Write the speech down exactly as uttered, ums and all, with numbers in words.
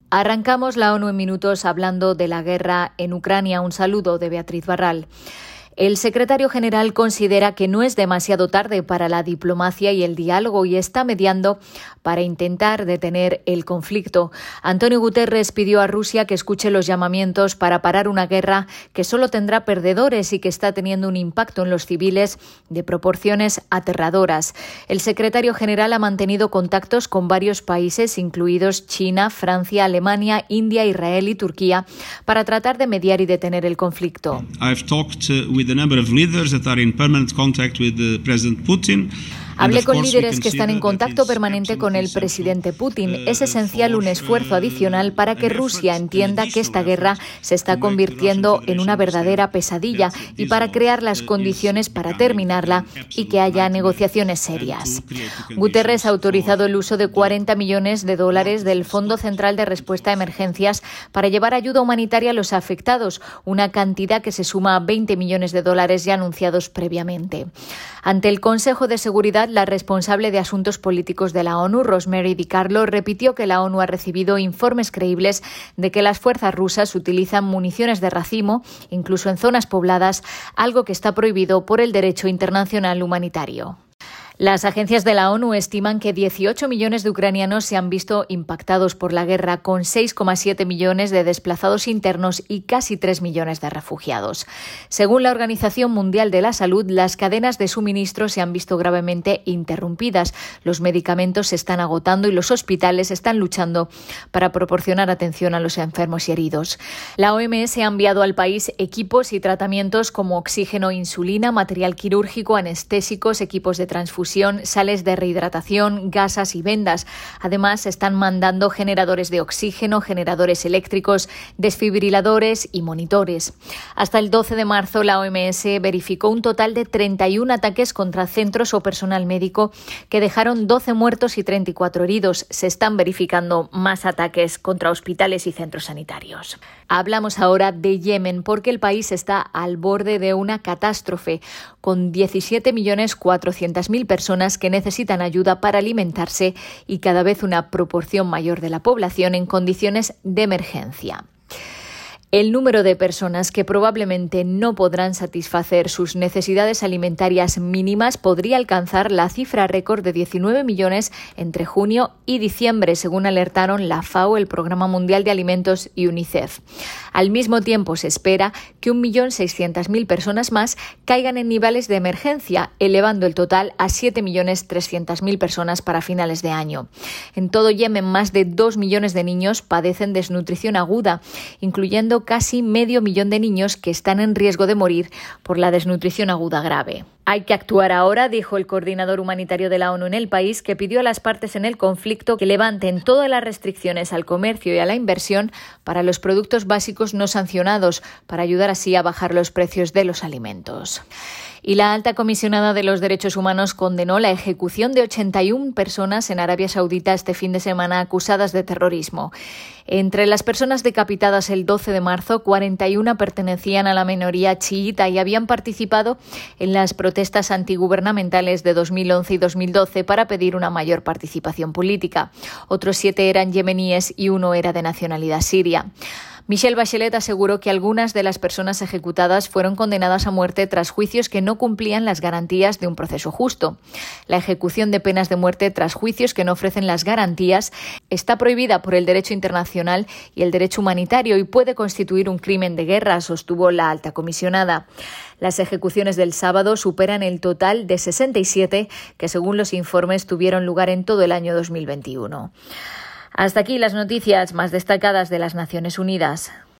Arrancamos la ONU en minutos hablando de la guerra en Ucrania. Un saludo de Beatriz Barral. El secretario general considera que no es demasiado tarde para la diplomacia y el diálogo y está mediando para intentar detener el conflicto. Antonio Guterres pidió a Rusia que escuche los llamamientos para parar una guerra que solo tendrá perdedores y que está teniendo un impacto en los civiles de proporciones aterradoras. El secretario general ha mantenido contactos con varios países, incluidos China, Francia, Alemania, India, Israel y Turquía, para tratar de mediar y detener el conflicto. I've talked uh, with a number of leaders that are in permanent contact with uh, President Putin. Hablé con líderes que están en contacto permanente con el presidente Putin. Es esencial un esfuerzo adicional para que Rusia entienda que esta guerra se está convirtiendo en una verdadera pesadilla y para crear las condiciones para terminarla y que haya negociaciones serias. Guterres ha autorizado el uso de cuarenta millones de dólares del Fondo Central de Respuesta a Emergencias para llevar ayuda humanitaria a los afectados, una cantidad que se suma a veinte millones de dólares ya anunciados previamente. Ante el Consejo de Seguridad, la responsable de Asuntos Políticos de la ONU, Rosemary DiCarlo, repitió que la ONU ha recibido informes creíbles de que las fuerzas rusas utilizan municiones de racimo, incluso en zonas pobladas, algo que está prohibido por el derecho internacional humanitario. Las agencias de la ONU estiman que dieciocho millones de ucranianos se han visto impactados por la guerra, con seis coma siete millones de desplazados internos y casi tres millones de refugiados. Según la Organización Mundial de la Salud, las cadenas de suministro se han visto gravemente interrumpidas. Los medicamentos se están agotando y los hospitales están luchando para proporcionar atención a los enfermos y heridos. La O M S ha enviado al país equipos y tratamientos como oxígeno, insulina, material quirúrgico, anestésicos, equipos de transfusión, sales de rehidratación, gasas y vendas. Además, se están mandando generadores de oxígeno, generadores eléctricos, desfibriladores y monitores. Hasta el doce de marzo, la O M S verificó un total de treinta y uno ataques contra centros o personal médico que dejaron doce muertos y treinta y cuatro heridos. Se están verificando más ataques contra hospitales y centros sanitarios. Hablamos ahora de Yemen, porque el país está al borde de una catástrofe, con diecisiete millones cuatrocientas mil personas que necesitan ayuda para alimentarse y cada vez una proporción mayor de la población en condiciones de emergencia. El número de personas que probablemente no podrán satisfacer sus necesidades alimentarias mínimas podría alcanzar la cifra récord de diecinueve millones entre junio y diciembre, según alertaron la FAO, el Programa Mundial de Alimentos y UNICEF. Al mismo tiempo, se espera que un millón seiscientas mil personas más caigan en niveles de emergencia, elevando el total a siete millones trescientas mil personas para finales de año. En todo Yemen, más de dos millones de niños padecen desnutrición aguda, incluyendo casi medio millón de niños que están en riesgo de morir por la desnutrición aguda grave. Hay que actuar ahora, dijo el coordinador humanitario de la ONU en el país, que pidió a las partes en el conflicto que levanten todas las restricciones al comercio y a la inversión para los productos básicos no sancionados, para ayudar así a bajar los precios de los alimentos. Y la alta comisionada de los derechos humanos condenó la ejecución de ochenta y una personas en Arabia Saudita este fin de semana acusadas de terrorismo. Entre las personas decapitadas el doce de marzo, cuarenta y una pertenecían a la minoría chiita y habían participado en las protestas antigubernamentales de dos mil once y dos mil doce para pedir una mayor participación política. Otros siete eran yemeníes y uno era de nacionalidad siria. Michelle Bachelet aseguró que algunas de las personas ejecutadas fueron condenadas a muerte tras juicios que no cumplían las garantías de un proceso justo. La ejecución de penas de muerte tras juicios que no ofrecen las garantías está prohibida por el derecho internacional y el derecho humanitario y puede constituir un crimen de guerra, sostuvo la alta comisionada. Las ejecuciones del sábado superan el total de sesenta y siete que, según los informes, tuvieron lugar en todo el año dos mil veintiuno. Hasta aquí las noticias más destacadas de las Naciones Unidas.